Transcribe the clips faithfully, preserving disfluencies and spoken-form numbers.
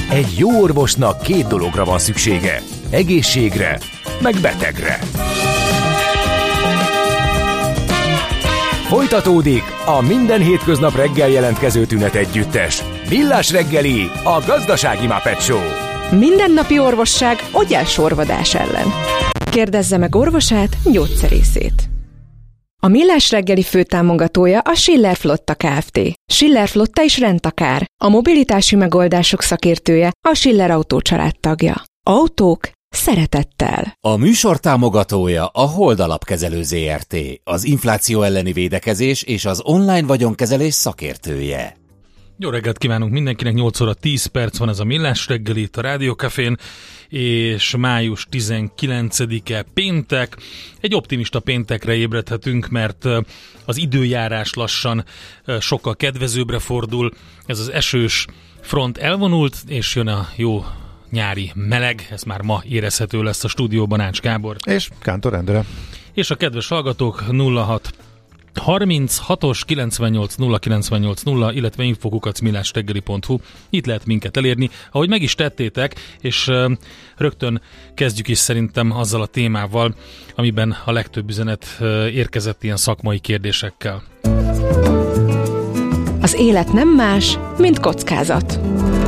Egy jó orvosnak két dologra van szüksége. Egészségre, meg betegre. Folytatódik a minden hétköznap reggel jelentkező tünet együttes. Millás reggeli, a gazdasági Muppet Show. Mindennapi orvosság ogyásorvadás ellen. Kérdezze meg orvosát, gyógyszerészét. A Millás reggeli főtámogatója a Schiller Flotta Kft. Schiller Flotta is rendtakár. A mobilitási megoldások szakértője, a Schiller Autó család tagja. Autók szeretettel. A műsor támogatója a Hold Alapkezelő zé er té, az infláció elleni védekezés és az online vagyonkezelés szakértője. Jó reggelt kívánunk mindenkinek, nyolc óra tíz perc van ez a Millás reggeli itt a Rádió Cafén, és május tizenkilencedike péntek. Egy optimista péntekre ébredhetünk, mert az időjárás lassan sokkal kedvezőbbre fordul. Ez az esős front elvonult, és jön a jó nyári meleg, ez már ma érezhető lesz a stúdióban Ács Gábor. És Kántor Endre. És a kedves hallgatók nulla hat harminchatos kilencvennyolc nulla kilencvennyolc nulla, illetve infokukac millásreggeli pont hu. Itt lehet minket elérni, ahogy meg is tettétek, és uh, rögtön kezdjük is szerintem azzal a témával, amiben a legtöbb üzenet uh, érkezett ilyen szakmai kérdésekkel. Az élet nem más, mint kockázat.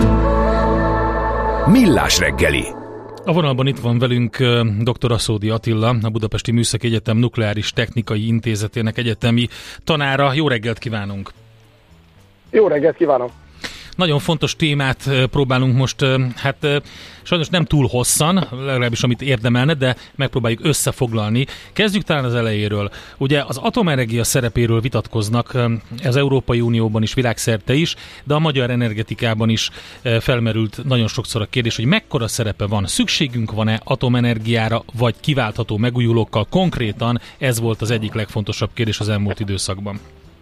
Millás reggeli. A vonalban itt van velünk dr. Aszódi Attila, a Budapesti Műszaki Egyetem Nukleáris Technikai Intézetének egyetemi tanára. Jó reggelt kívánunk! Jó reggelt kívánok! Nagyon fontos témát próbálunk most, hát sajnos nem túl hosszan, legalábbis amit érdemelne, de megpróbáljuk összefoglalni. Kezdjük talán az elejéről. Ugye az atomenergia szerepéről vitatkoznak az Európai Unióban is, világszerte is, de a magyar energetikában is felmerült nagyon sokszor a kérdés, hogy mekkora szerepe van, szükségünk van-e atomenergiára, vagy kiváltható megújulókkal. Konkrétan ez volt az egyik legfontosabb kérdés az elmúlt időszakban.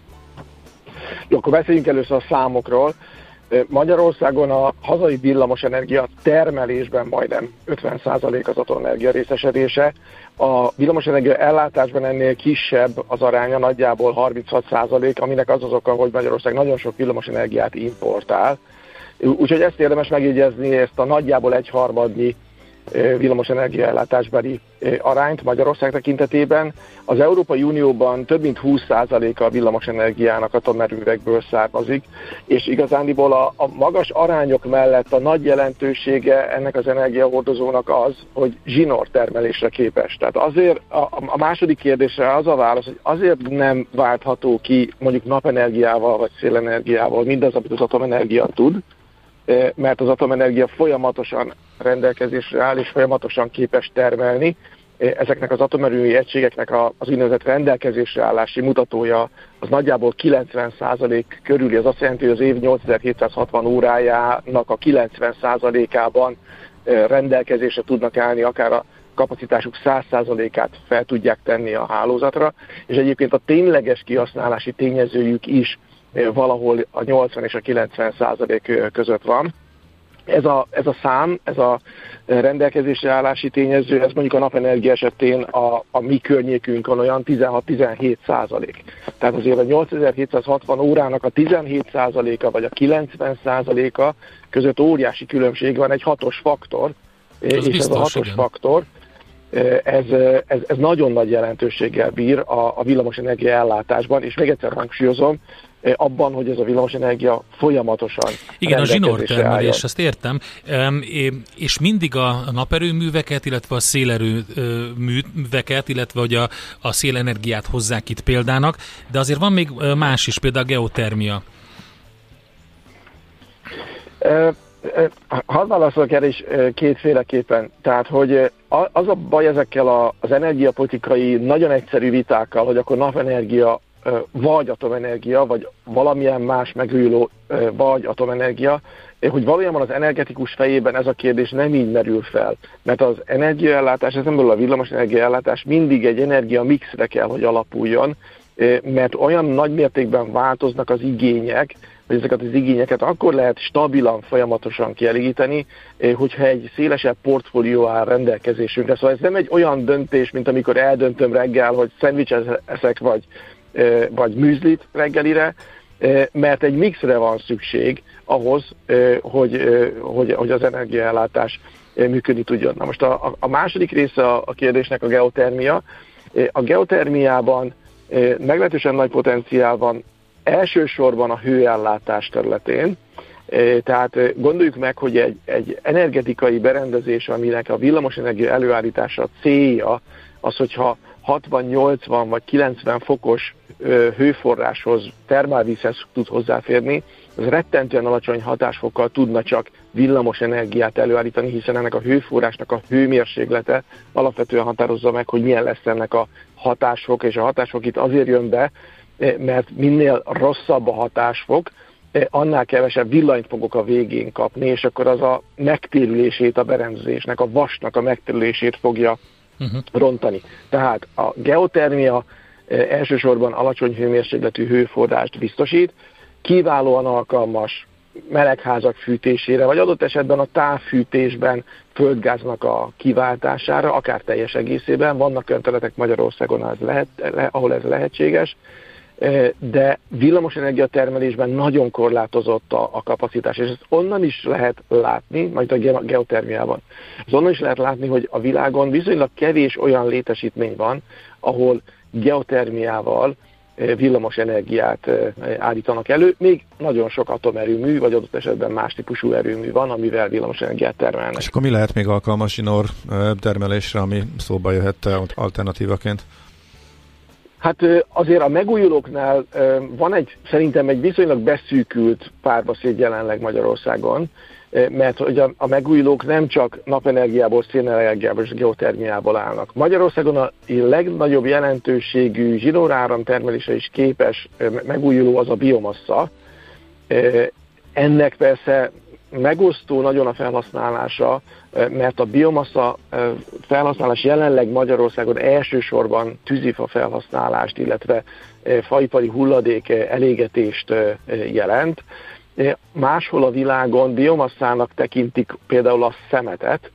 Jó, akkor beszéljünk először a számokról. Magyarországon a hazai villamosenergia termelésben majdnem ötven százalék az atomenergia részesedése. A villamosenergia ellátásban ennél kisebb az aránya, nagyjából harminchat százalék, aminek az az oka, hogy Magyarország nagyon sok villamosenergiát importál. Úgyhogy ezt érdemes megjegyezni, ezt a nagyjából egyharmadnyi villamosenergia ellátásbeli arányt Magyarország tekintetében. Az Európai Unióban több mint húsz százaléka a villamosenergiának atomerőművekből származik, és igazándiból a, a magas arányok mellett a nagy jelentősége ennek az energiahordozónak az, hogy zsinórtermelésre képes. Tehát azért a, a második kérdésre az a válasz, hogy azért nem váltható ki mondjuk napenergiával vagy szélenergiával mindaz, amit az atomenergia tud, mert az atomenergia folyamatosan rendelkezésre áll, és folyamatosan képes termelni. Ezeknek az atomerőmű egységeknek az úgynevezett rendelkezésre állási mutatója az nagyjából kilencven százalék körüli, az azt jelenti, hogy az év nyolcezer-hétszázhatvan órájának a kilencven százalékában rendelkezésre tudnak állni, akár a kapacitásuk száz százalékát fel tudják tenni a hálózatra, és egyébként a tényleges kihasználási tényezőjük is valahol a nyolcvan és a kilencven százalék között van. Ez a, ez a szám, ez a rendelkezésre állási tényező, ez mondjuk a napenergia esetén a, a mi környékünkön olyan tizenhat-tizenhét százalék. Tehát azért a nyolcezer-hétszázhatvan órának a tizenhét százaléka vagy a kilencven százaléka között óriási különbség van, egy hatos faktor, ez és biztos, ez a hatos igen. faktor, ez, ez, ez nagyon nagy jelentőséggel bír a, a villamosenergia ellátásban, és még egyszer hangsúlyozom, abban, hogy ez a villamosenergia folyamatosan igen, a zsinórtermelés, ezt értem, és mindig a naperőműveket, illetve a szélerőműveket, illetve hogy a, a szélenergiát hozzák itt példának, de azért van még más is, például a geotermia. Hadd válaszolok erre is kétféleképpen. Tehát, hogy az a baj ezekkel az energiapolitikai nagyon egyszerű vitákkal, hogy akkor napenergia vagy atomenergia, vagy valamilyen más megújuló, vagy atomenergia, hogy valójában az energetikus fejében ez a kérdés nem így merül fel. Mert az energiaellátás, ezen belül a villamos energiaellátás mindig egy energia mixre kell, hogy alapuljon, mert olyan nagy mértékben változnak az igények, hogy ezeket az igényeket akkor lehet stabilan, folyamatosan kielégíteni, hogyha egy szélesebb portfólió áll rendelkezésünkre. Szóval ez nem egy olyan döntés, mint amikor eldöntöm reggel, hogy szendvicset eszek, vagy vagy műzlit reggelire, mert egy mixre van szükség ahhoz, hogy, hogy, hogy az energiaellátás működni tudjon. Na most a, a második része a kérdésnek a geotermia. A geotermiában meglehetősen nagy potenciál van elsősorban a hőellátás területén. Tehát gondoljuk meg, hogy egy, egy energetikai berendezés, aminek a villamosenergia előállítása célja az, hogyha hatvan, nyolcvan vagy kilencven fokos hőforráshoz, termálvízhez tud hozzáférni, az rettentően alacsony hatásfokkal tudna csak villamos energiát előállítani, hiszen ennek a hőforrásnak a hőmérséklete alapvetően határozza meg, hogy milyen lesz ennek a hatásfok, és a hatásfok itt azért jön be, mert minél rosszabb a hatásfok, annál kevesebb villanyt fogok a végén kapni, és akkor az a megtérülését a berendezésnek, a vasnak a megtérülését fogja uh-huh. rontani. Tehát a geotermia elsősorban alacsony hőmérsékletű hőforrást biztosít, kiválóan alkalmas melegházak fűtésére, vagy adott esetben a távfűtésben földgáznak a kiváltására, akár teljes egészében. Vannak olyan területek Magyarországon, az lehet, ahol ez lehetséges, de villamosenergia termelésben nagyon korlátozott a, a kapacitás, és ezt onnan is lehet látni, majd a geotermiában. Ez onnan is lehet látni, hogy a világon viszonylag kevés olyan létesítmény van, ahol geotermiával villamos energiát állítanak elő, még nagyon sok atomerőmű, vagy adott esetben más típusú erőmű van, amivel villamos energiát termelnek. És akkor mi lehet még alkalmas zsinór termelésre, ami szóba jöhet alternatívaként? Hát azért a megújulóknál van egy, szerintem egy viszonylag beszűkült párbeszéd jelenleg Magyarországon, mert hogy a, a megújulók nem csak napenergiából, szénenergiából és geotermiából állnak. Magyarországon a legnagyobb jelentőségű zsinóráram termelése is képes megújuló az a biomassa. Ennek persze megosztó nagyon a felhasználása, mert a biomassa felhasználás jelenleg Magyarországon elsősorban tűzifa felhasználást, illetve faipari hulladék elégetést jelent. Máshol a világon biomasszának tekintik például a szemetet,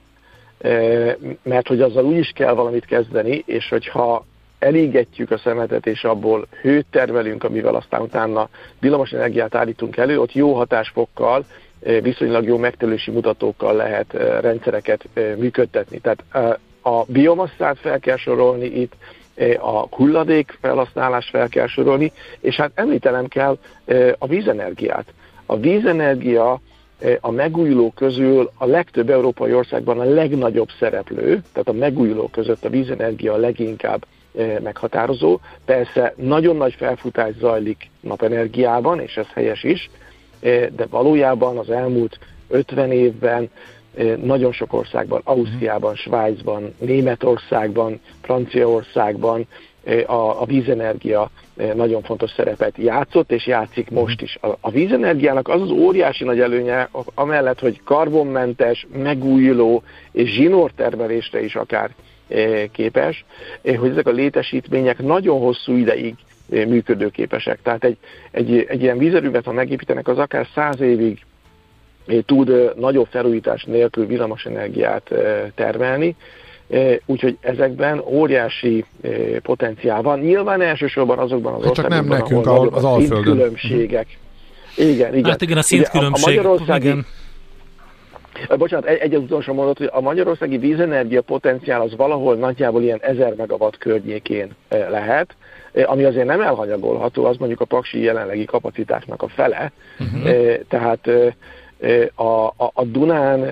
mert hogy azzal úgy is kell valamit kezdeni, és hogyha elégetjük a szemetet, és abból hőt termelünk, amivel aztán utána villamos energiát állítunk elő, ott jó hatásfokkal, viszonylag jó megtérülési mutatókkal lehet rendszereket működtetni. Tehát a biomasszát fel kell sorolni itt, a hulladék felhasználást fel kell sorolni, és hát említenem kell a vízenergiát. A vízenergia a megújulók közül a legtöbb európai országban a legnagyobb szereplő, tehát a megújulók között a vízenergia a leginkább meghatározó. Persze nagyon nagy felfutás zajlik napenergiában, és ez helyes is, de valójában az elmúlt ötven évben nagyon sok országban, Ausztriában, Svájcban, Németországban, Franciaországban a, a vízenergia nagyon fontos szerepet játszott, és játszik most is. A, a vízenergiának az az óriási nagy előnye, amellett, hogy karbonmentes, megújuló és zsinórtermelésre is akár képes, hogy ezek a létesítmények nagyon hosszú ideig működőképesek. Tehát egy, egy, egy ilyen vízerőmet, ha megépítenek, az akár száz évig tud nagyobb felújítás nélkül villamosenergiát termelni, úgyhogy ezekben óriási potenciál van. Nyilván elsősorban azokban az országokban, nem nekünk, ahol az a színtkülönbségek. Igen, igen. Hát igen, a szintkülönbség. A magyarországi, igen. Bocsánat, egy, egy utolsó mondat, hogy a magyarországi vízenergia potenciál az valahol nagyjából ilyen ezer megawatt környékén lehet, ami azért nem elhanyagolható, az mondjuk a paksi jelenlegi kapacitásnak a fele. Uh-huh. Tehát a, a, a Dunán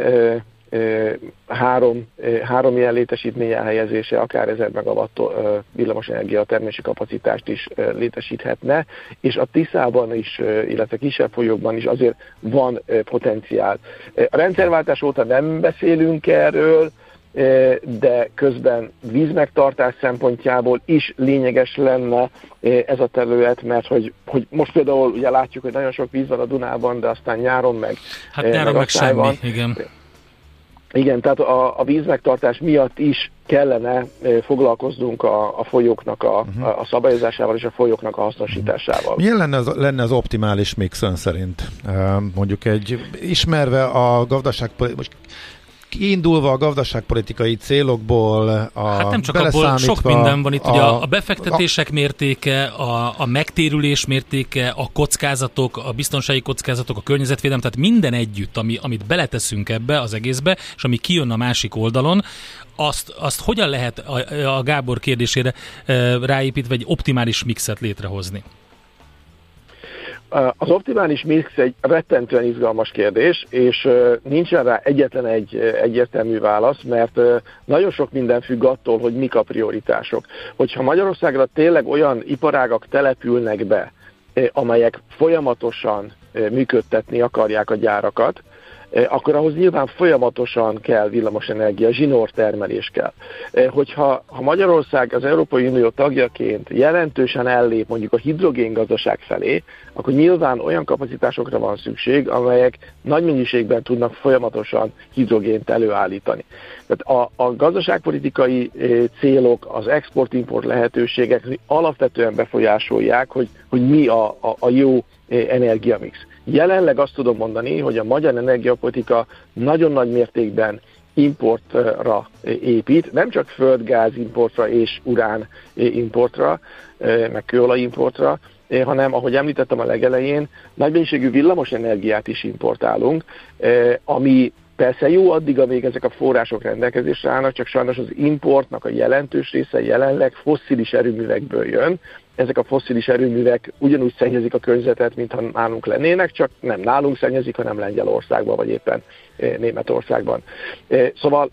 három, három ilyen létesítmény elhelyezése akár ezer megawatt villamosenergia termelési kapacitást is létesíthetne, és a Tiszában is, illetve kisebb folyókban is azért van potenciál. A rendszerváltás óta nem beszélünk erről, de közben vízmegtartás szempontjából is lényeges lenne ez a terület, mert hogy, hogy most például ugye látjuk, hogy nagyon sok víz van a Dunában, de aztán nyáron meg Hát nyáron meg, meg semmi, van. igen. Igen, tehát a, a vízmegtartás miatt is kellene foglalkoznunk a, a folyóknak a, uh-huh. a szabályozásával és a folyóknak a hasznosításával. Milyen lenne az, lenne az optimális mix ön szerint? Mondjuk egy, ismerve a gazdaság, most kiindulva a gazdaságpolitikai célokból, a hát nem csak abból, sok minden van itt, a, ugye a, a befektetések a, mértéke, a, a megtérülés mértéke, a kockázatok, a biztonsági kockázatok, a környezetvédelem, tehát minden együtt, ami, amit beleteszünk ebbe az egészbe, és ami kijön a másik oldalon, azt, azt hogyan lehet a, a Gábor kérdésére e, ráépítve egy optimális mixet létrehozni? Az optimális mix egy rettentően izgalmas kérdés, és nincsen rá egyetlen egy egyértelmű válasz, mert nagyon sok minden függ attól, hogy mik a prioritások. Hogyha Magyarországra tényleg olyan iparágak települnek be, amelyek folyamatosan működtetni akarják a gyárakat, akkor ahhoz nyilván folyamatosan kell villamosenergia, zsinórtermelés kell. Hogyha ha Magyarország az Európai Unió tagjaként jelentősen ellép mondjuk a hidrogéngazdaság felé, akkor nyilván olyan kapacitásokra van szükség, amelyek nagy mennyiségben tudnak folyamatosan hidrogént előállítani. Tehát a, a gazdaságpolitikai célok, az export-import lehetőségek alapvetően befolyásolják, hogy, hogy mi a, a, a jó energiamix. Jelenleg azt tudom mondani, hogy a magyar energiapolitika nagyon nagy mértékben importra épít, nem csak földgáz importra és urán importra, meg kőolaj importra, hanem, ahogy említettem a legelején, nagy mennyiségű villamos energiát is importálunk, ami persze jó addig, amíg ezek a források rendelkezésre állnak, csak sajnos az importnak a jelentős része jelenleg fosszilis erőművekből jön. Ezek a fosszilis erőművek ugyanúgy szennyezik a környezetet, mintha nálunk lennének, csak nem nálunk szennyezik, hanem Lengyelországban, vagy éppen Németországban. Szóval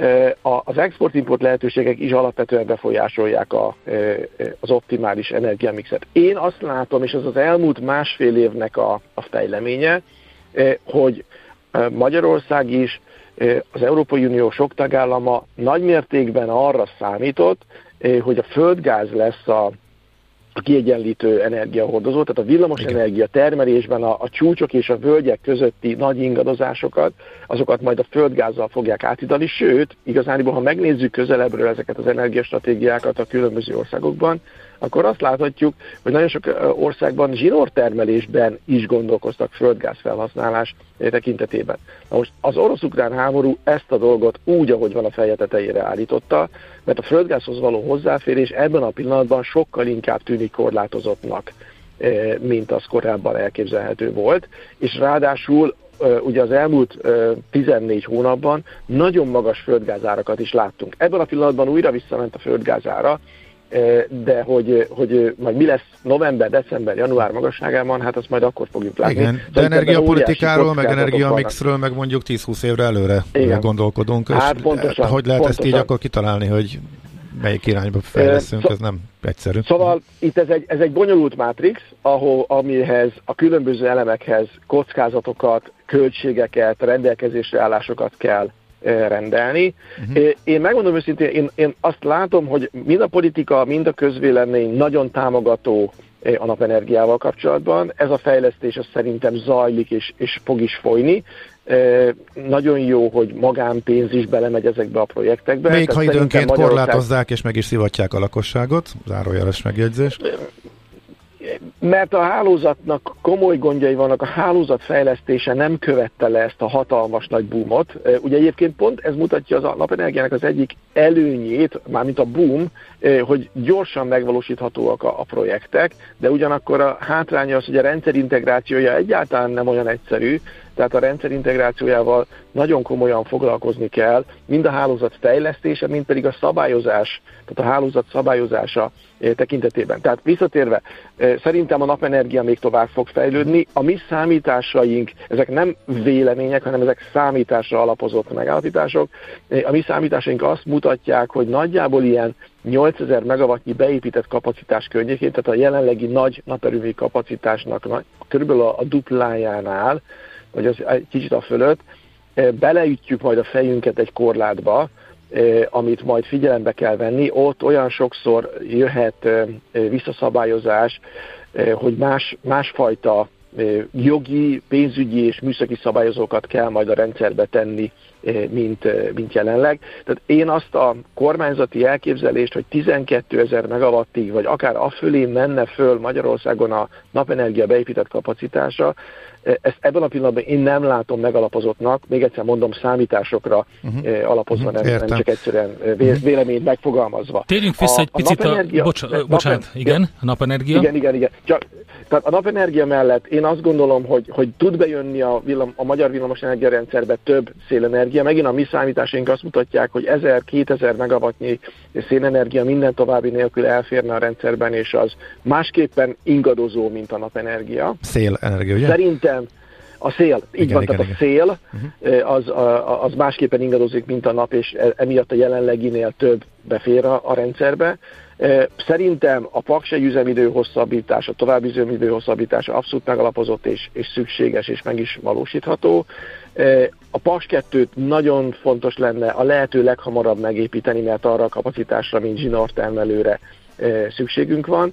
az export-import lehetőségek is alapvetően befolyásolják a, az optimális energiamixet. Én azt látom, és ez az elmúlt másfél évnek a, a fejleménye, hogy Magyarország is, az Európai Unió sok tagállama nagy mértékben arra számított, hogy a földgáz lesz a a kiegyenlítő energiahordozó, tehát a villamosenergia termelésben a, a csúcsok és a völgyek közötti nagy ingadozásokat, azokat majd a földgázzal fogják átidalni, sőt, igazániból, ha megnézzük közelebbről ezeket az energiastratégiákat a különböző országokban, akkor azt láthatjuk, hogy nagyon sok országban zsinórtermelésben is gondolkoztak földgáz felhasználás tekintetében. Na most az orosz-ukrán háború ezt a dolgot úgy, ahogy van, a feje tetejére állította, mert a földgázhoz való hozzáférés ebben a pillanatban sokkal inkább tűnik korlátozottnak, mint az korábban elképzelhető volt, és ráadásul ugye az elmúlt tizennégy hónapban nagyon magas földgázárakat is láttunk. Ebben a pillanatban újra visszament a földgázára, de hogy, hogy majd mi lesz november, december, január magasságában, hát azt majd akkor fogjuk látni. Igen, de energiapolitikáról, meg energiamixről, meg mondjuk tíz-húsz évre előre igen. gondolkodunk. Hát pontosan, hogy lehet pontosan. ezt így akkor kitalálni, hogy melyik irányba fejleszünk, szó, ez nem egyszerű. Szóval itt ez egy, ez egy bonyolult mátrix, ahol, amihez a különböző elemekhez kockázatokat, költségeket, rendelkezésre állásokat kell rendelni. Uh-huh. Én megmondom őszintén, én, én azt látom, hogy mind a politika, mind a közvélemény nagyon támogató a napenergiával kapcsolatban. Ez a fejlesztés az szerintem zajlik és, és fog is folyni. Nagyon jó, hogy magánpénz is belemegy ezekbe a projektekbe. Még ha időnként Magyarország... korlátozzák és meg is szivatják a lakosságot, zárójeles megjegyzés. Mert a hálózatnak komoly gondjai vannak, a hálózat fejlesztése nem követte le ezt a hatalmas nagy boomot. Ugye egyébként pont ez mutatja az a napenergiának az egyik előnyét, mármint a boom, hogy gyorsan megvalósíthatóak a, a projektek, de ugyanakkor a hátránya az, hogy a rendszerintegrációja egyáltalán nem olyan egyszerű, tehát a rendszerintegrációjával nagyon komolyan foglalkozni kell, mind a hálózat fejlesztése, mind pedig a szabályozás, tehát a hálózat szabályozása tekintetében. Tehát visszatérve, szerintem a napenergia még tovább fog fejlődni. A mi számításaink, ezek nem vélemények, hanem ezek számításra alapozott megállapítások. A mi számításaink azt mutatják, hogy nagyjából ilyen nyolcezer megawattnyi beépített kapacitás környékén, tehát a jelenlegi nagy naperőmű kapacitásnak körülbelül a duplájánál, vagy az egy kicsit a fölött, beleütjük majd a fejünket egy korlátba, amit majd figyelembe kell venni. Ott olyan sokszor jöhet visszaszabályozás, hogy más, másfajta jogi, pénzügyi és műszaki szabályozókat kell majd a rendszerbe tenni, mint, mint jelenleg. Tehát én azt a kormányzati elképzelést, hogy tizenkétezer megawattig, vagy akár afölé menne föl Magyarországon a napenergia beépített kapacitása, ezt ebben a pillanatban én nem látom megalapozottnak, még egyszer mondom, számításokra uh-huh. alapozva, nem, nem csak egyszerűen vé- véleményt megfogalmazva. Térjünk vissza a, egy picit a... a bocs, de, bocsánat, napen, igen, a napenergia. Igen, igen, igen. Csak, tehát a napenergia mellett én azt gondolom, hogy, hogy tud bejönni a, villam, a magyar villamosenergia rendszerbe több szélenergia. Megint a mi számításaink azt mutatják, hogy ezer-kétezer megawattnyi szélenergia minden további nélkül elférne a rendszerben, és az másképpen ingadozó, mint a napenergia. Szélenergia, ugye? Szerintem a szél, így igen, van, igen, tehát igen. A szél uh-huh. az, az másképpen ingadozik, mint a nap, és emiatt a jelenleginél több befér a, a rendszerbe. Szerintem a Paks egy üzemidő hosszabbítása, további üzemidő hosszabbítása abszolút megalapozott és, és szükséges, és meg is valósítható. A Paks kettőt nagyon fontos lenne a lehető leghamarabb megépíteni, mert arra a kapacitásra, mint zsinórtermelőre szükségünk van.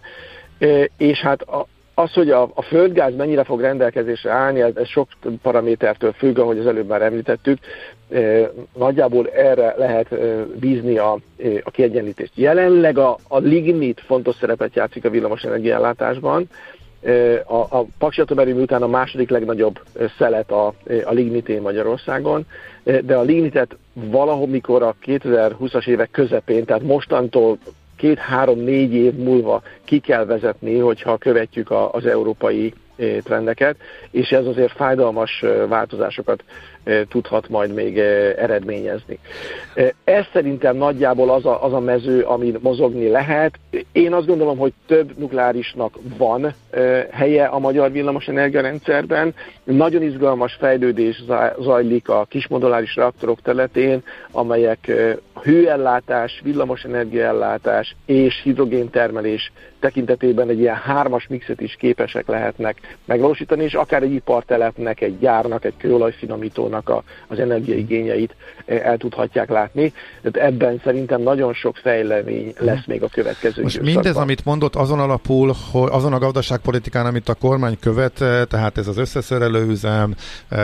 És hát a Az, hogy a, a földgáz mennyire fog rendelkezésre állni, ez, ez sok paramétertől függ, ahogy az előbb már említettük. E, nagyjából erre lehet e, bízni a, e, a kiegyenlítést. Jelenleg a, a lignit fontos szerepet játszik a villamosenergia ellátásban. E, a, a Paks atomerőmű után a második legnagyobb szelet a, a lignité Magyarországon, e, de a lignitet valahol mikor a kétezer-húszas évek közepén, tehát mostantól két-három-négy év múlva ki kell vezetni, hogyha követjük a, az európai trendeket, és ez azért fájdalmas változásokat tudhat majd még eredményezni. Ez szerintem nagyjából az a, az a mező, amin mozogni lehet. Én azt gondolom, hogy több nukleárisnak van helye a magyar villamosenergia rendszerben. Nagyon izgalmas fejlődés zajlik a kismoduláris reaktorok területén, amelyek hőellátás, villamosenergiaellátás és hidrogéntermelés tekintetében egy ilyen hármas mixet is képesek lehetnek megvalósítani, és akár egy ipartelepnek, egy gyárnak, egy kőolajfinomítónak a, az energiaigényeit el tudhatják látni. Tehát ebben szerintem nagyon sok fejlemény lesz még a következő Most mindez, szakban. amit mondott, azon alapul, hogy azon a gazdaságpolitikán, amit a kormány követ, tehát ez az összeszerelő üzem,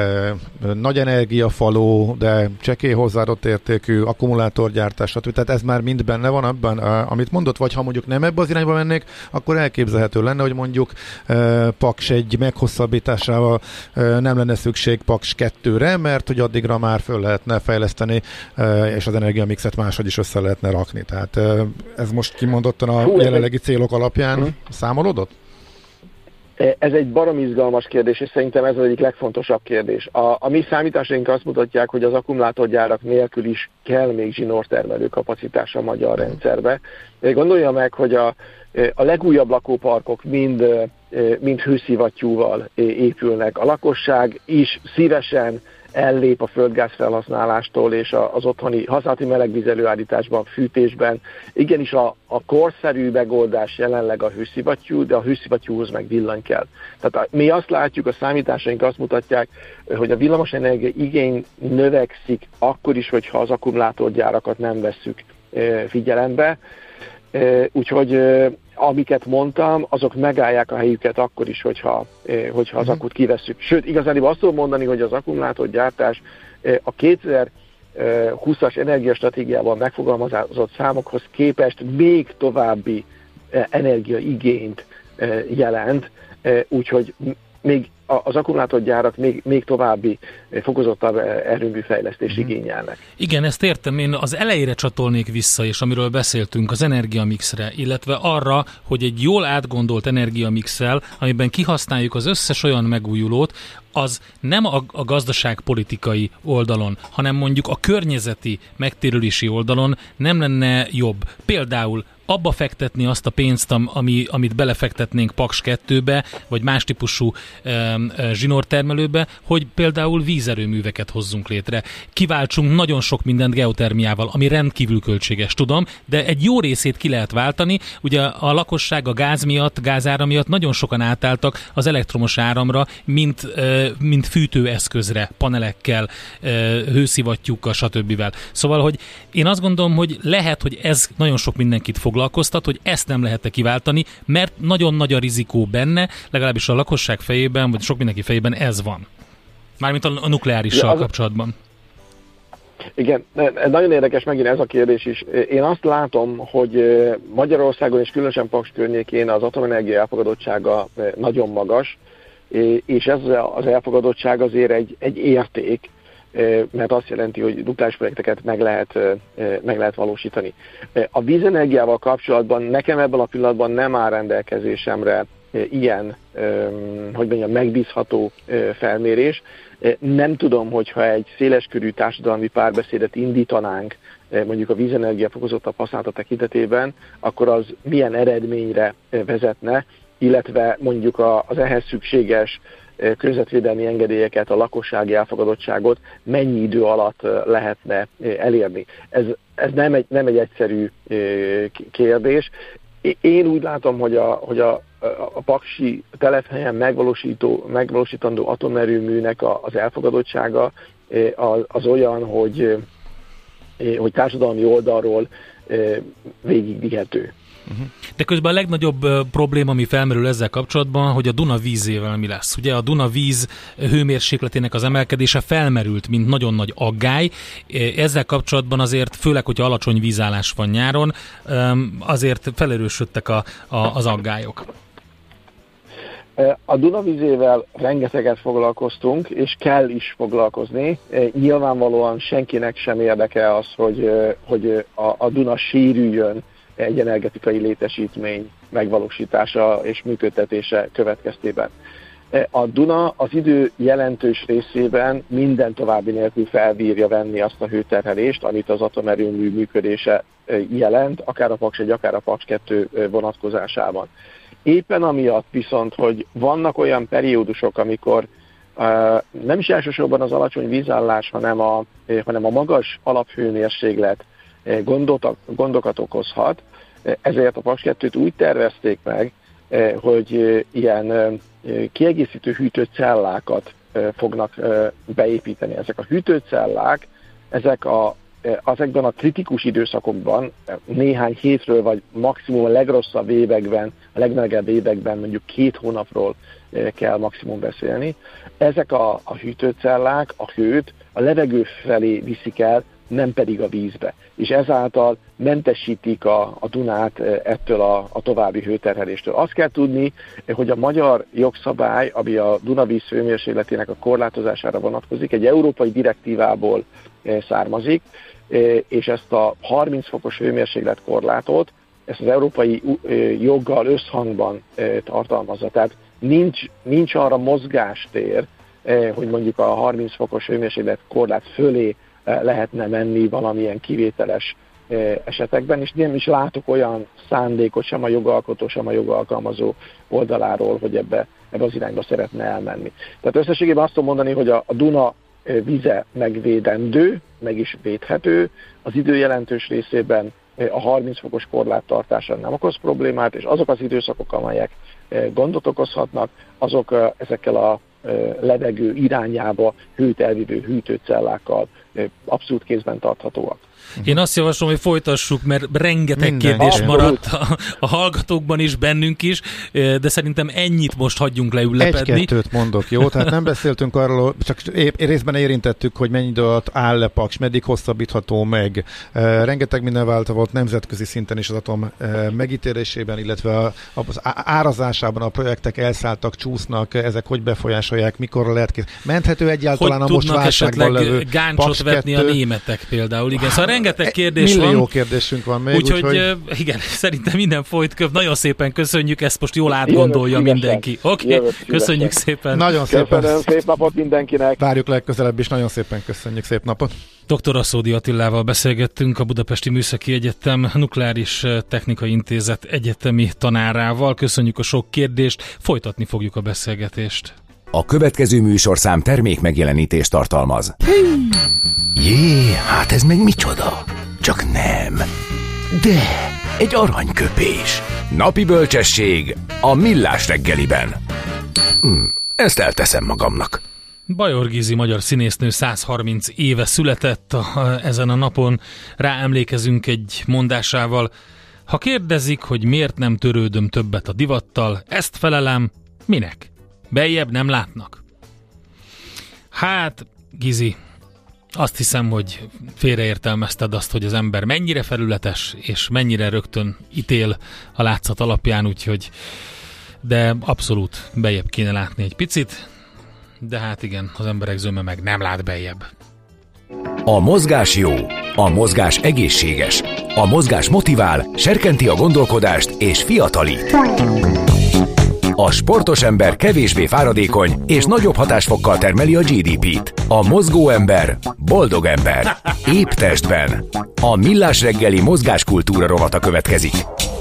nagy energiafaló, de csekély hozzáadott értékű, akkumulátorgyártás, stb. Tehát ez már mind benne van abban, amit mondott, vagy ha mondjuk nem ebbe az irányba mennék, akkor elképzelhető lenne, hogy mondjuk Paks egy meghosszabbításával nem lenne szükség Paks kettőre, mert hogy addigra már föl lehetne fejleszteni, és az energiamixet máshogy is össze lehetne rakni. Tehát ez most kimondottan a Hú, jelenlegi egy... célok alapján uh-huh. számolódott? Ez egy baromi izgalmas kérdés, és szerintem ez az egyik legfontosabb kérdés. A, a mi számításaink azt mutatják, hogy az akkumulátorgyárak nélkül is kell még zsinórtermelő kapacitás a magyar rendszerbe. Gondolja meg, hogy a, a legújabb lakóparkok mind, mind hőszivattyúval épülnek. A lakosság is szívesen ellép a földgáz felhasználástól, és az otthoni használati melegvíz előállításban, fűtésben. Igenis a, a korszerű megoldás jelenleg a hőszivattyú, de a hőszivattyúhoz meg villany kell. Tehát a, mi azt látjuk, a számításaink azt mutatják, hogy a villamosenergia igény növekszik akkor is, hogyha az akkumulátorgyárakat nem vesszük e, figyelembe. E, úgyhogy e, amiket mondtam, azok megállják a helyüket akkor is, hogyha, hogyha az akut kivesszük. Sőt, igazán azt tudom mondani, hogy az akkumulátorgyártás a kétezer-húszas energiastratégiában megfogalmazott számokhoz képest még további energiaigényt jelent, úgyhogy még az akkumulátorgyárak még, még további fokozottabb erőműfejlesztés mm. igényelnek. Igen, ezt értem. Én az elejére csatolnék vissza, és amiről beszéltünk, az energiamixre, illetve arra, hogy egy jól átgondolt energiamixel, amiben kihasználjuk az összes olyan megújulót, az nem a, a gazdaságpolitikai oldalon, hanem mondjuk a környezeti megtérülési oldalon nem lenne jobb. Például abba fektetni azt a pénzt, ami, amit belefektetnénk Paks kettőbe, vagy más típusú e, e, zsinórtermelőbe, hogy például vízerőműveket hozzunk létre. Kiváltsunk nagyon sok mindent geotermiával, ami rendkívül költséges, tudom, de egy jó részét ki lehet váltani. Ugye a lakosság a gáz miatt, gázára miatt nagyon sokan átálltak az elektromos áramra, mint, e, mint fűtőeszközre, panelekkel, e, hőszivattyúkkal, stb. Szóval, hogy én azt gondolom, hogy lehet, hogy ez nagyon sok mindenkit foglal, foglalkoztat, hogy ezt nem lehet kiváltani, mert nagyon nagy a rizikó benne, legalábbis a lakosság fejében, vagy sok mindenki fejében ez van. Mármint a nukleárissal az... kapcsolatban. Igen, nagyon érdekes megint ez a kérdés is. Én azt látom, hogy Magyarországon és különösen Paks környékén az atomenergia elfogadottsága nagyon magas, és ez az elfogadottság azért egy, egy érték, mert azt jelenti, hogy nukleáris projekteket meg lehet, meg lehet valósítani. A vízenergiával kapcsolatban nekem ebben a pillanatban nem áll rendelkezésemre ilyen, hogy mondjam, megbízható felmérés. Nem tudom, hogyha egy széleskörű társadalmi párbeszédet indítanánk mondjuk a vízenergia fokozottabb használata tekintetében, akkor az milyen eredményre vezetne, illetve mondjuk az ehhez szükséges környezetvédelmi engedélyeket, a lakossági elfogadottságot mennyi idő alatt lehetne elérni. Ez, ez nem, egy, nem egy egyszerű kérdés. Én úgy látom, hogy a, hogy a, a paksi telephelyen megvalósító, megvalósítandó atomerőműnek a, az elfogadottsága az, az olyan, hogy, hogy társadalmi oldalról végigvihető. De közben a legnagyobb uh, probléma, ami felmerül ezzel kapcsolatban, hogy a Duna vízével mi lesz. Ugye a Duna víz hőmérsékletének az emelkedése felmerült, mint nagyon nagy aggály. Ezzel kapcsolatban azért, főleg, hogyha alacsony vízállás van nyáron, um, azért felerősödtek a, a, az aggályok. A Duna vízével rengeteget foglalkoztunk, és kell is foglalkozni. Nyilvánvalóan senkinek sem érdeke az, hogy, hogy a, a Duna sérüljön egy energetikai létesítmény megvalósítása és működtetése következtében. A Duna az idő jelentős részében minden további nélkül felbírja venni azt a hőterhelést, amit az atomerőmű működése jelent, akár a Paks egy, akár a Paks kettő vonatkozásában. Éppen amiatt viszont, hogy vannak olyan periódusok, amikor nem is elsősorban az alacsony vízállás, hanem a, hanem a magas alaphőmérséklet gondot, gondokat okozhat, ezért a Paks kettőt úgy tervezték meg, hogy ilyen kiegészítő hűtőcellákat fognak beépíteni. Ezek a hűtőcellák, ezek a, ezekben a kritikus időszakokban, néhány hétről, vagy maximum a legrosszabb években, a legmelegebb években mondjuk két hónapról kell maximum beszélni. Ezek a, a hűtőcellák a hőt a levegő felé viszik el, nem pedig a vízbe. És ezáltal mentesítik a, a Dunát ettől a, a további hőterheléstől. Azt kell tudni, hogy a magyar jogszabály, ami a Duna víz hőmérsékletének a korlátozására vonatkozik, egy európai direktívából származik, és ezt a harminc fokos hőmérséklet korlátot, ezt az európai joggal összhangban tartalmazza. Tehát nincs, nincs arra mozgástér, hogy mondjuk a harminc fokos hőmérséklet korlát fölé lehetne menni valamilyen kivételes esetekben, és nem is látok olyan szándékot sem a jogalkotó, sem a jogalkalmazó oldaláról, hogy ebbe, ebbe az irányba szeretne elmenni. Tehát összességében azt tudom mondani, hogy a, a Duna vize megvédendő, meg is védhető, az idő jelentős részében a harminc fokos korláttartása nem okoz problémát, és azok az időszakok, amelyek gondot okozhatnak, azok ezekkel a levegő irányába hőt elvívő hűtőcellákkal abszolút kézben tarthatóak. Én azt javaslom, hogy folytassuk, mert rengeteg Minden kérdés kérdés. maradt a, a hallgatókban is, bennünk is, de szerintem ennyit most hagyjunk leülepedni. Egy-kettőt mondok, jó? Tehát nem beszéltünk arról, csak részben érintettük, hogy mennyi idő alatt áll le Paks, meddig hosszabbítható meg. Rengeteg minden válta volt nemzetközi szinten is az atom megítélésében, illetve az árazásában a projektek elszálltak, csúsznak, ezek hogy befolyásolják, mikorra lehet kész. Menthető egyáltalán hogy a most válságban levő Hogy gáncsot vetni a németek például? Igen, szóval rengeteg kérdés Millió van. Millió kérdésünk van még. Úgyhogy úgy, úgy, igen, szerintem minden folyt köv. Nagyon szépen köszönjük, ezt most jól átgondolja Jövök mindenki. Oké, okay? Köszönjük szépen. Nagyon szépen. Köszönöm, szép napot mindenkinek. Várjuk legközelebb is, nagyon szépen köszönjük, szép napot. doktor Aszódi Attilával beszélgettünk, a Budapesti Műszaki Egyetem Nukleáris Technikai Intézet egyetemi tanárával. Köszönjük a sok kérdést, folytatni fogjuk a beszélgetést. A következő műsorszám termék megjelenítést tartalmaz. Jé, hát ez meg micsoda? Csak nem. De, egy aranyköpés. Napi bölcsesség a Millás reggeliben. Hm, ezt elteszem magamnak. Bajor Gizi magyar színésznő százharminc éve született a, ezen a napon. Ráemlékezünk egy mondásával. Ha kérdezik, hogy miért nem törődöm többet a divattal, ezt felelem, minek? Beljebb nem látnak? Hát, Gizi, azt hiszem, hogy félreértelmezted azt, hogy az ember mennyire felületes, és mennyire rögtön ítél a látszat alapján, úgyhogy de abszolút beljebb kéne látni egy picit, de hát igen, az emberek zöme meg nem lát beljebb. A mozgás jó, a mozgás egészséges, a mozgás motivál, serkenti a gondolkodást és fiatalít. A sportos ember kevésbé fáradékony és nagyobb hatásfokkal termeli a gé dé pét. A mozgó ember boldog ember. Épp testben. A Millás reggeli mozgáskultúra rovata következik.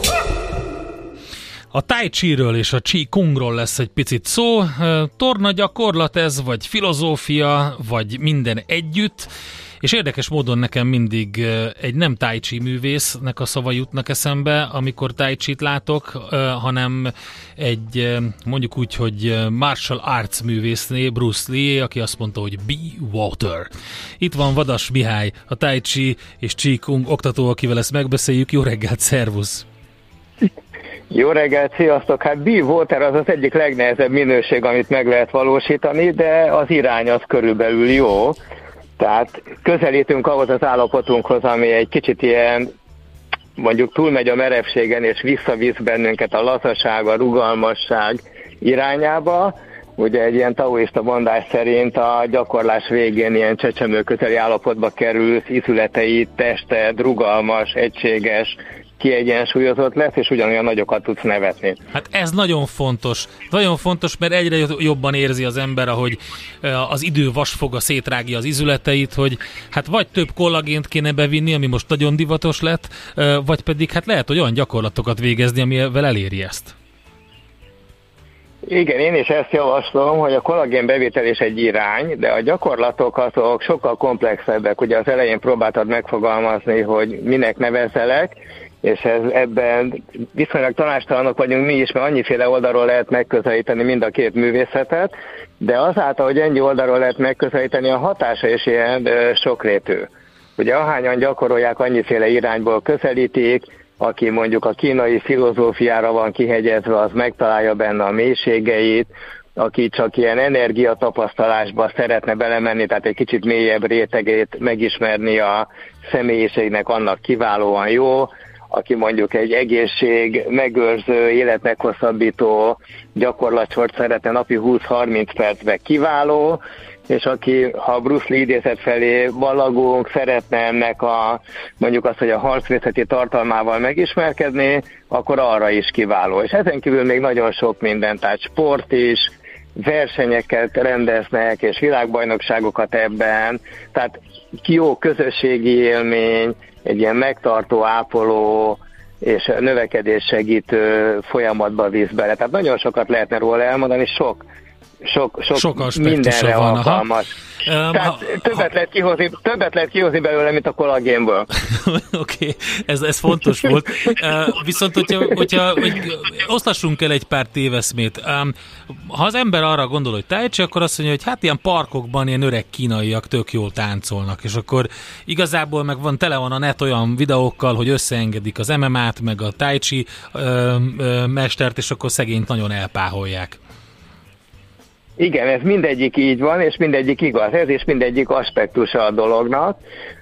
A Tai Chi-ről és a Chi Kungról lesz egy picit szó. Torna gyakorlat ez, vagy filozófia, vagy minden együtt. És érdekes módon nekem mindig egy nem Tai Chi művésznek a szava jutnak eszembe, amikor Tai Chi-t látok, hanem egy mondjuk úgy, hogy martial arts művészné, Bruce Lee, aki azt mondta, hogy be water. Itt van Vadas Mihály, a Tai Chi és Chi Kung oktató, akivel ezt megbeszéljük. Jó reggelt, szervusz! Jó reggelt, sziasztok! Hát be water az az egyik legnehezebb minőség, amit meg lehet valósítani, de az irány az körülbelül jó. Tehát közelítünk ahhoz az állapotunkhoz, ami egy kicsit ilyen, mondjuk túlmegy a merevségen, és visszavisz bennünket a lazaság, a rugalmasság irányába. Ugye egy ilyen taoista mondás szerint a gyakorlás végén ilyen csecsemő közeli állapotba kerülsz, ízületeid, tested rugalmas, egységes, kiegyensúlyozott lesz, és ugyanolyan nagyokat tudsz nevetni. Hát ez nagyon fontos. Nagyon fontos, mert egyre jobban érzi az ember, ahogy az idő vasfoga szétrágja az izületeit, hogy hát vagy több kollagént kéne bevinni, ami most nagyon divatos lett, vagy pedig hát lehet, hogy olyan gyakorlatokat végezni, amivel eléri ezt. Igen, én is ezt javaslom, hogy a kollagén bevétel is egy irány, de a gyakorlatok azok sokkal komplexebbek. Ugye az elején próbáltad megfogalmazni, hogy minek nevezzelek, és ez, ebben viszonylag tanástalanok vagyunk mi is, mert annyiféle oldalról lehet megközelíteni mind a két művészetet, de azáltal, hogy ennyi oldalról lehet megközelíteni, a hatása is ilyen ö, sokrétű. Ugye ahányan gyakorolják, annyiféle irányból közelítik, aki mondjuk a kínai filozófiára van kihegyezve, az megtalálja benne a mélységeit, aki csak ilyen energiatapasztalásba szeretne belemenni, tehát egy kicsit mélyebb rétegét megismerni a személyiségnek, annak kiválóan jó, aki mondjuk egy egészség megőrző, életmeghosszabbító gyakorlatsort szeretne napi húsz-harminc percben, kiváló, és aki, ha Bruce Lee idézet felé ballagunk, szeretne ennek a, mondjuk azt, hogy a harcvészeti tartalmával megismerkedni, akkor arra is kiváló. És ezen kívül még nagyon sok minden, tehát sport is, versenyeket rendeznek, és világbajnokságokat ebben, tehát jó közösségi élmény, egy ilyen megtartó, ápoló és növekedés segítő folyamatba visz bele. Tehát nagyon sokat lehetne róla elmondani, sok Sok, sok, sok mindenre van, alkalmas. Um, Tehát ha, többet, ha... lehet kihozni, többet lehet kihozni belőle, mint a kollagénből. Oké, okay. ez, ez fontos volt. Uh, viszont, hogyha, hogyha hogy oszlassunk el egy pár téveszmét. Um, ha az ember arra gondol, hogy Tai Chi, akkor azt mondja, hogy hát ilyen parkokban ilyen öreg kínaiak tök jól táncolnak, és akkor igazából meg van, tele van a net olyan videókkal, hogy összeengedik az em em á-t, meg a Tai Chi uh, uh, mestert, és akkor szegényt nagyon elpáholják. Igen, ez mindegyik így van, és mindegyik igaz. Ez is mindegyik aspektusa a dolognak.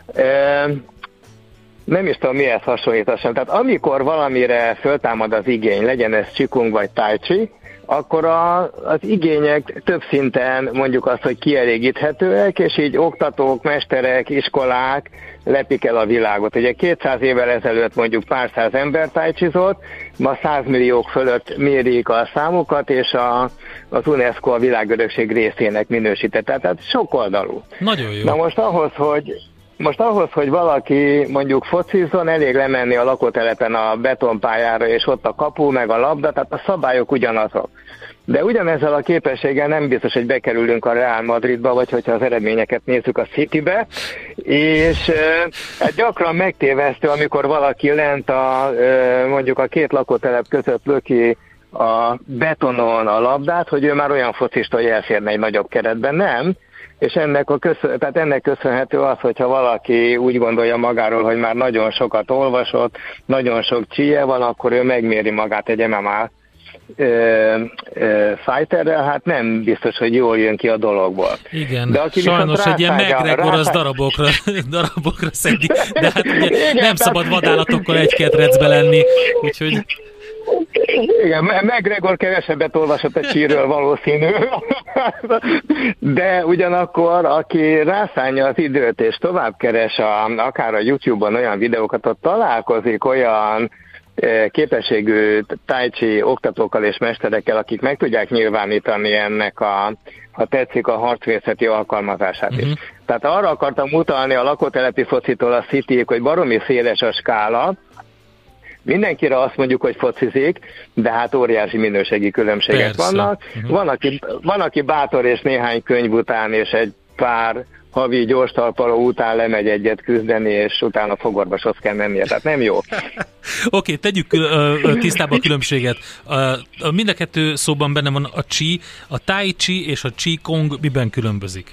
Nem is tudom, mihez hasonlítassam. Tehát amikor valamire föltámad az igény, legyen ez Chi Kung vagy Tai Chi, akkor a, az igények több szinten mondjuk azt, hogy kielégíthetőek, és így oktatók, mesterek, iskolák lepik el a világot. Ugye kétszáz évvel ezelőtt mondjuk pár száz ember tájcsizott, ma százmilliók fölött mérik a számukat, és a, az UNESCO a világörökség részének minősítette. Tehát sok oldalú. Nagyon jó. Na most ahhoz, hogy Most ahhoz, hogy valaki mondjuk focizzon, elég lemenni a lakótelepen a betonpályára, és ott a kapu, meg a labda, tehát a szabályok ugyanazok. De ugyanezzel a képességgel nem biztos, hogy bekerülünk a Real Madridba, vagy hogyha az eredményeket nézzük a Citybe, és hát gyakran megtévesztő, amikor valaki lent a, mondjuk a két lakótelep között löki a betonon a labdát, hogy ő már olyan focista, hogy elférne egy nagyobb keretben. Nem. és ennek, a köszön, tehát ennek köszönhető az, hogyha valaki úgy gondolja magáról, hogy már nagyon sokat olvasott, nagyon sok csíje van, akkor ő megméri magát egy em em á Ö, ö, fighterrel, hát nem biztos, hogy jól jön ki a dologból. Igen, de aki sajnos egy ilyen McGregor az darabokra, darabokra szedik, de hát ugye igen, nem szabad vadállatokkal egy ketrecbe lenni, úgyhogy... Igen, McGregor kevesebbet olvasott a csíről valószínű, de ugyanakkor, aki rászánja az időt és tovább keres a, akár a YouTube-on olyan videókat, ott találkozik olyan képességű tai chi oktatókkal és mesterekkel, akik meg tudják nyilvánítani ennek a, ha tetszik, a harcvészeti alkalmazását is. Uh-huh. Tehát arra akartam utalni a lakótelepi focitól a Cityig, hogy baromi széles a skála, mindenkire azt mondjuk, hogy focizik, de hát óriási minőségi különbségek Persze. vannak. Uh-huh. Van, aki, van, aki bátor és néhány könyv után és egy pár havi gyors talpaló után lemegy egyet küzdeni, és utána fogorvoshoz kell mennie, tehát nem jó. Oké, okay, tegyük tisztába a különbséget. Mind a kettő szóban benne van a chi, a tai chi és a chi kong miben különbözik?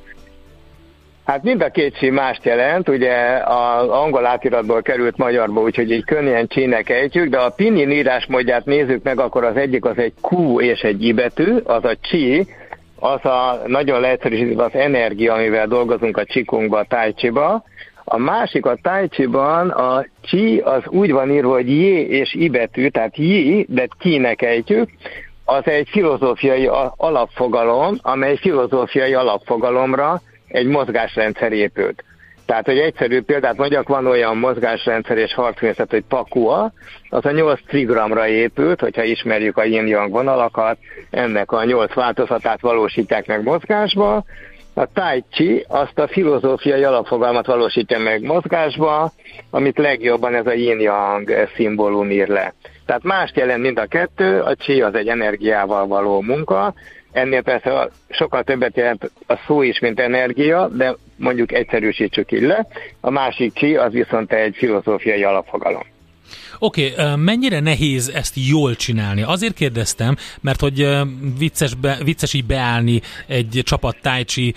Hát mind a két chi mást jelent, ugye az angol átiratból került magyarba, úgyhogy így könnyen chi-nek ejtjük, de a pinyin írásmódját nézzük meg, akkor az egyik az egy Q és egy I betű, az a chi, az a nagyon leegyszerűsítve az energia, amivel dolgozunk a Qigongba, a Tai Chi-ba. A másik a Tai Chi-ban a Chi az úgy van írva, hogy J és I betű, tehát J, de Ki-nek ejtjük, az egy filozófiai alapfogalom, amely filozófiai alapfogalomra egy mozgásrendszer épült. Tehát, hogy egyszerű példát mondjak, van olyan mozgásrendszer és harcmészet, hogy Pakua, az a nyolc trigramra épült, hogyha ismerjük a yin-yang vonalakat, ennek a nyolc változatát valósítják meg mozgásba. A Tai Chi azt a filozófiai alapfogalmat valósítja meg mozgásba, amit legjobban ez a yin-yang szimbólum ír le. Tehát mást jelent mind a kettő, a Chi az egy energiával való munka, ennél persze sokkal többet jelent a szó is, mint energia, de mondjuk egyszerűsítsük így le. A másik Chi az viszont egy filozófiai alapfogalom. Oké, okay, mennyire nehéz ezt jól csinálni? Azért kérdeztem, mert hogy vicces, be, vicces így beállni egy csapat tai chi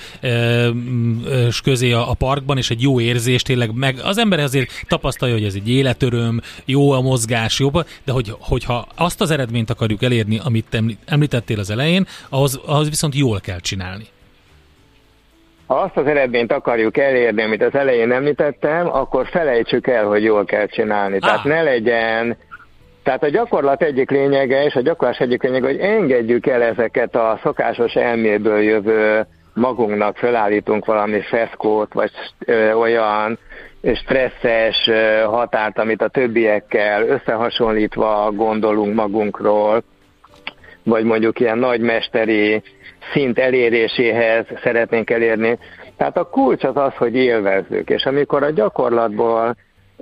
közé a, a parkban, és egy jó érzés tényleg, meg az ember azért tapasztalja, hogy ez egy életöröm, jó a mozgás, jó, de hogy, hogyha azt az eredményt akarjuk elérni, amit említettél az elején, ahhoz, ahhoz viszont jól kell csinálni. Ha azt az eredményt akarjuk elérni, amit az elején említettem, akkor felejtsük el, hogy jól kell csinálni. Ah. Tehát ne legyen... Tehát a gyakorlat egyik lényege, és a gyakorlás egyik lényege, hogy engedjük el ezeket a szokásos elméből jövő magunknak, felállítunk valami feszkót, vagy ö, olyan stresszes ö, határt, amit a többiekkel összehasonlítva gondolunk magunkról, vagy mondjuk ilyen nagymesteri szint eléréséhez szeretnénk elérni. Tehát a kulcs az az, hogy élvezzük, és amikor a gyakorlatból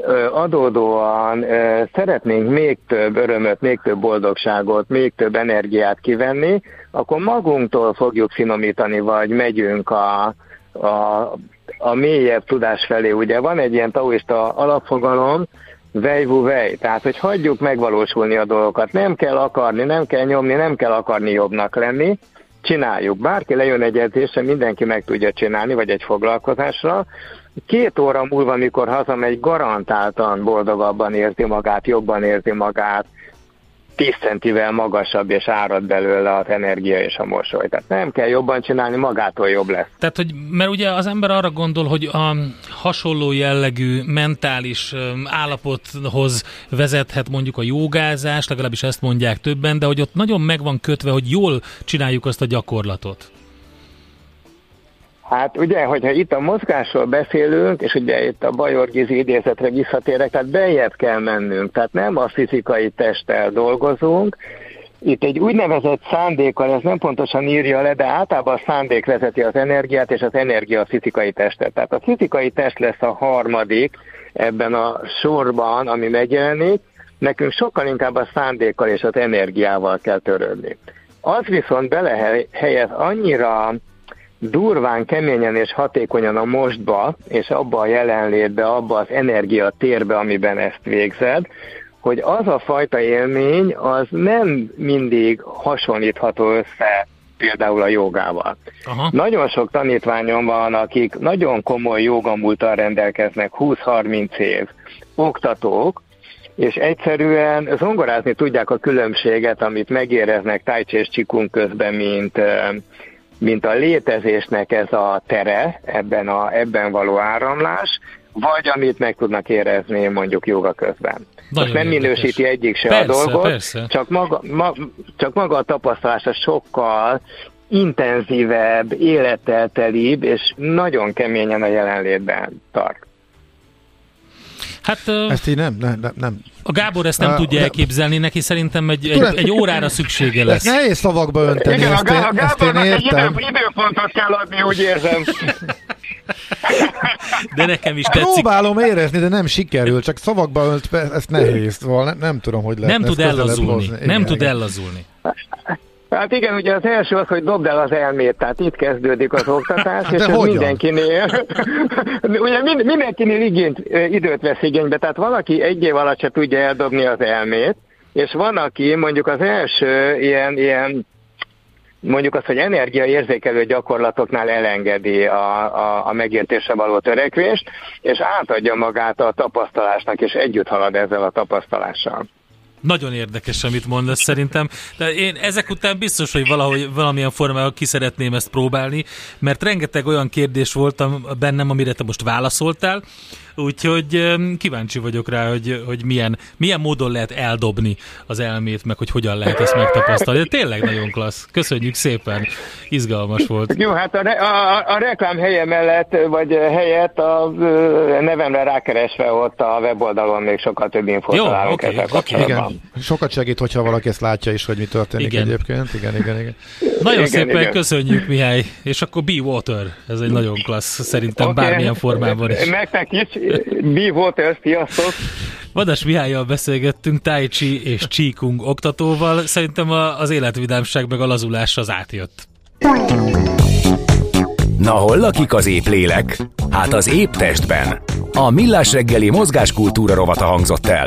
adódóan szeretnénk még több örömöt, még több boldogságot, még több energiát kivenni, akkor magunktól fogjuk finomítani, vagy megyünk a, a, a mélyebb tudás felé. Ugye van egy ilyen taoista alapfogalom, vej vu vej, tehát hogy hagyjuk megvalósulni a dolgokat. Nem kell akarni, nem kell nyomni, nem kell akarni jobbnak lenni, csináljuk. Bárki lejön egy edzésre, mindenki meg tudja csinálni, vagy egy foglalkozásra. Két óra múlva, amikor hazamegy, garantáltan boldogabban érzi magát, jobban érzi magát, tíz centivel magasabb, és árad belőle az energia és a mosoly. Tehát nem kell jobban csinálni, magától jobb lesz. Tehát, hogy, mert ugye az ember arra gondol, hogy a hasonló jellegű mentális állapothoz vezethet mondjuk a jogázás, legalábbis ezt mondják többen, de hogy ott nagyon meg van kötve, hogy jól csináljuk azt a gyakorlatot. Hát ugye, hogyha itt a mozgásról beszélünk, és ugye itt a Bajor Gizi idézetre visszatérek, tehát beljebb kell mennünk, tehát nem a fizikai testtel dolgozunk. Itt egy úgynevezett szándékkal, ez nem pontosan írja le, de általában a szándék vezeti az energiát, és az energia a fizikai testet. Tehát a fizikai test lesz a harmadik ebben a sorban, ami megjelenik, nekünk sokkal inkább a szándékkal és az energiával kell törődni. Az viszont belehelyez annyira durván, keményen és hatékonyan a mostba, és abba a jelenlétbe, abba az energia térbe, amiben ezt végzed, hogy az a fajta élmény, az nem mindig hasonlítható össze például a jogával. Aha. Nagyon sok tanítványom van, akik nagyon komoly jogamúlttal rendelkeznek, húsz-harminc év, oktatók, és egyszerűen zongorázni tudják a különbséget, amit megéreznek tai chi és qigong közben, mint, mint a létezésnek ez a tere, ebben, a, ebben való áramlás, vagy amit meg tudnak érezni mondjuk joga közben. Most nem érdekes. Minősíti egyik se persze, a dolgot, persze. Csak, maga, ma, csak maga a tapasztalása sokkal intenzívebb, élettel telibb, és nagyon keményen a jelenlétben tart. Hát, uh, ezt így nem, nem, nem, nem. A Gábor ezt nem uh, tudja elképzelni, neki szerintem egy, egy, egy órára szüksége lesz. Ezt nehéz szavakba önteni. Igen, ezt, a, én, a Gábornak ezt én egy idő, időpontot kell adni, úgy érzem. De nekem is tetszik. Próbálom érezni, de nem sikerül, csak szavakba önt, ezt nehéz, szóval nem, nem tudom, hogy lehet. Nem tud ellazulni, nem igen, tud igen. ellazulni. Hát igen, ugye az első az, hogy dobd el az elmét, tehát itt kezdődik az oktatás, és ez mindenkinél, ugye mind, mindenkinél igényt, időt vesz igénybe, tehát valaki egy év alatt se tudja eldobni az elmét, és van, aki mondjuk az első ilyen, ilyen mondjuk azt, hogy energiaérzékelő gyakorlatoknál elengedi a, a, a megértésre való törekvést, és átadja magát a tapasztalásnak, és együtt halad ezzel a tapasztalással. Nagyon érdekes, amit mondasz szerintem. De én ezek után biztos, hogy valahogy valamilyen formában ki szeretném ezt próbálni, mert rengeteg olyan kérdés volt bennem, amire te most válaszoltál, úgyhogy kíváncsi vagyok rá, hogy, hogy milyen, milyen módon lehet eldobni az elmét, meg hogy hogyan lehet ezt megtapasztalni. De tényleg nagyon klassz. Köszönjük szépen. Izgalmas volt. Jó, hát a, re- a, a reklám helye mellett, vagy helyett a nevemre rákeresve ott a weboldalon még sokkal több infót jó, találunk okay, ezzel kapcsolatban. Okay. Igen, sokat segít, hogyha valaki ezt látja is, hogy mi történik igen. egyébként. Igen, igen, igen. Nagyon igen, szépen igen. köszönjük, Mihály. És akkor Be Water. Ez egy nagyon klassz, szerintem okay. bármilyen formában is. Nektek is. Be Water, sziasztok! Vadas Mihályjal beszélgettünk, Tai Chi és Qigong oktatóval. Szerintem az életvidámság meg a lazulás az átjött. Na hol lakik az épp lélek? Hát az épp testben. A Millás reggeli mozgáskultúra rovata hangzott el.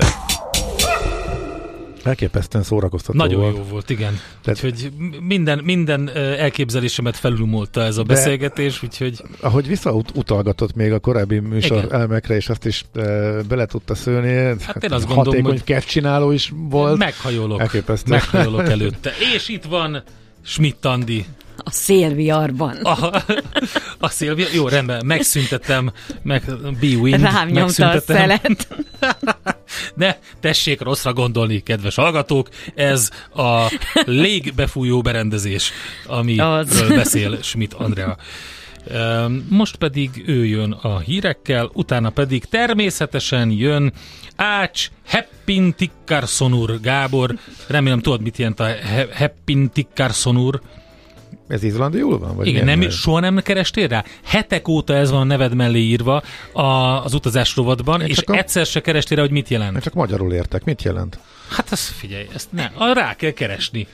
Elképesztően szórakoztató nagyon volt. Nagyon jó volt, igen. Tehát, úgyhogy minden, minden elképzelésemet felülmúlta ez a beszélgetés, úgyhogy... Ahogy visszautalgatott még a korábbi műsor igen. elmekre, és azt is e, bele tudta szőni, hát én azt gondolom, hatékony kevcsináló is volt. Meghajolok. Elképesztő. Meghajolok előtte. És itt van Schmidt Andi. A szélviharban. A, a szélvihar, jó, rendben, megszüntetem, meg B-Wind, rám nyomta a szelet. Ne, tessék rosszra gondolni, kedves hallgatók, ez a légbefújó berendezés, amiről beszél Schmidt Andrea. Most pedig ő jön a hírekkel, utána pedig természetesen jön Ács Heppintikkarsonur Gábor. Remélem tudod, mit jelent a Heppintikkarsonur. Ez izlandiul van? Vagy igen, nem, soha nem kerestél rá? Hetek óta ez van a neved mellé írva a, az utazás rovatban, és a... egyszer se kerestél rá, hogy mit jelent. Én csak magyarul értek. Mit jelent? Hát azt figyelj, ezt ne, rá kell keresni.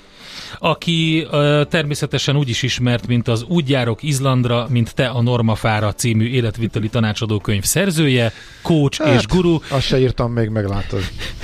Aki uh, természetesen úgy is ismert, mint az Úgy járok Izlandra, mint te a Normafára című életviteli tanácsadó könyv szerzője, coach hát, és guru. Azt se írtam még, meglátod.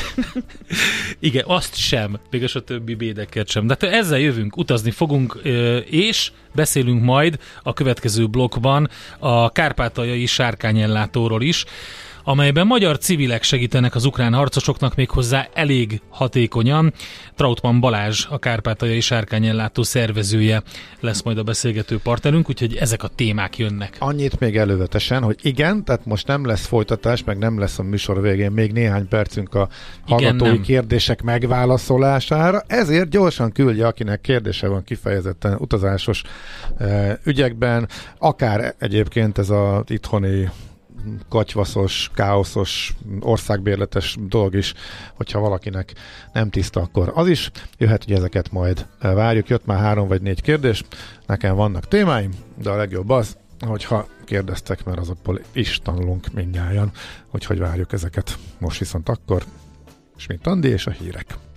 Igen, azt sem, mégis a többi bédeket sem. De hát ezzel jövünk, utazni fogunk, és beszélünk majd a következő blokkban a kárpátaljai sárkányellátóról is, amelyben magyar civilek segítenek az ukrán harcosoknak méghozzá elég hatékonyan. Trautmann Balázs, a kárpátaljai sárkányellátó szervezője lesz majd a beszélgető partnerünk, úgyhogy ezek a témák jönnek. Annyit még előzetesen, hogy igen, tehát most nem lesz folytatás, meg nem lesz a műsor végén még néhány percünk a hallgatói igen, kérdések megválaszolására, ezért gyorsan küldje, akinek kérdése van kifejezetten utazásos e, ügyekben, akár egyébként ez az itthoni katyvaszos, káoszos, országbérletes dolog is, hogyha valakinek nem tiszta, akkor az is jöhet, hogy ezeket majd várjuk. Jött már három vagy négy kérdés, nekem vannak témáim, de a legjobb az, hogyha kérdeztek, mert azokból is tanulunk mindnyájan, úgyhogy várjuk ezeket. Most viszont akkor Schmidt Andi és a hírek.